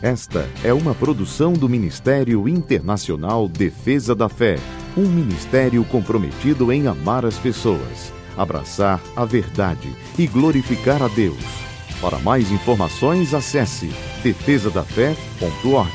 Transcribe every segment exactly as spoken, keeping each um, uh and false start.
Esta é uma produção do Ministério Internacional Defesa da Fé, um ministério comprometido em amar as pessoas, abraçar a verdade e glorificar a Deus. Para mais informações, acesse defesa da fé ponto org.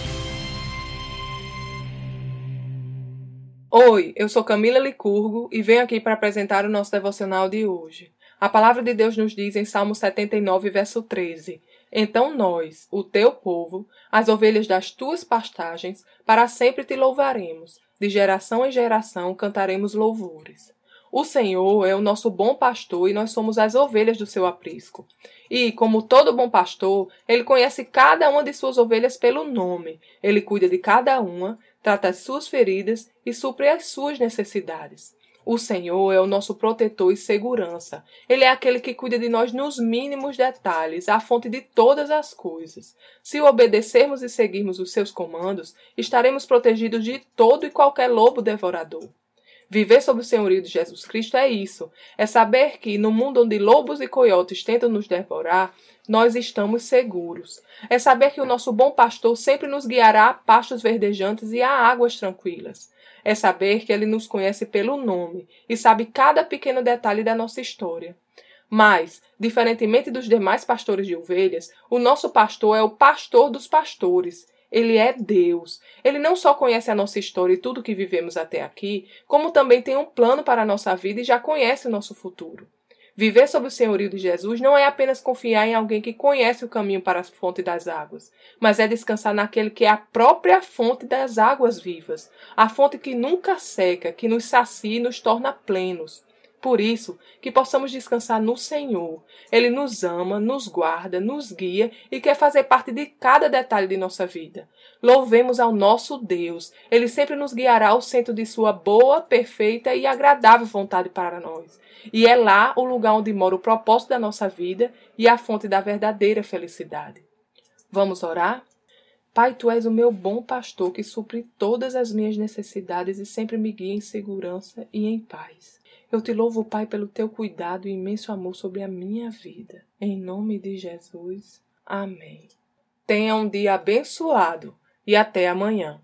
Oi, eu sou Camila Licurgo e venho aqui para apresentar o nosso devocional de hoje. A palavra de Deus nos diz em Salmo setenta e nove, verso treze: Então nós, o teu povo, as ovelhas das tuas pastagens, para sempre te louvaremos, de geração em geração cantaremos louvores. O Senhor é o nosso bom pastor e nós somos as ovelhas do seu aprisco. E, como todo bom pastor, ele conhece cada uma de suas ovelhas pelo nome. Ele cuida de cada uma, trata as suas feridas e supre as suas necessidades. O Senhor é o nosso protetor e segurança. Ele é aquele que cuida de nós nos mínimos detalhes, a fonte de todas as coisas. Se o obedecermos e seguirmos os seus comandos, estaremos protegidos de todo e qualquer lobo devorador. Viver sob o senhorio de Jesus Cristo é isso, é saber que, no mundo onde lobos e coiotes tentam nos devorar, nós estamos seguros. É saber que o nosso bom pastor sempre nos guiará a pastos verdejantes e a águas tranquilas. É saber que ele nos conhece pelo nome e sabe cada pequeno detalhe da nossa história. Mas, diferentemente dos demais pastores de ovelhas, o nosso pastor é o pastor dos pastores. Ele é Deus. Ele não só conhece a nossa história e tudo o que vivemos até aqui, como também tem um plano para a nossa vida e já conhece o nosso futuro. Viver sob o senhorio de Jesus não é apenas confiar em alguém que conhece o caminho para a fonte das águas, mas é descansar naquele que é a própria fonte das águas vivas, a fonte que nunca seca, que nos sacia e nos torna plenos. Por isso, que possamos descansar no Senhor. Ele nos ama, nos guarda, nos guia e quer fazer parte de cada detalhe de nossa vida. Louvemos ao nosso Deus. Ele sempre nos guiará ao centro de sua boa, perfeita e agradável vontade para nós. E é lá o lugar onde mora o propósito da nossa vida e a fonte da verdadeira felicidade. Vamos orar? Pai, Tu és o meu bom pastor que supre todas as minhas necessidades e sempre me guia em segurança e em paz. Eu te louvo, Pai, pelo teu cuidado e imenso amor sobre a minha vida. Em nome de Jesus. Amém. Tenha um dia abençoado e até amanhã.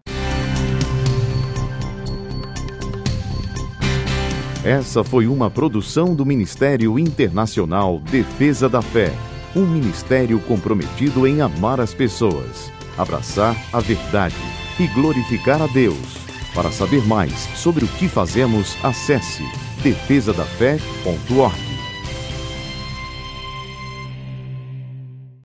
Essa foi uma produção do Ministério Internacional Defesa da Fé, um ministério comprometido em amar as pessoas, abraçar a verdade e glorificar a Deus. Para saber mais sobre o que fazemos, acesse defesa da fé ponto org.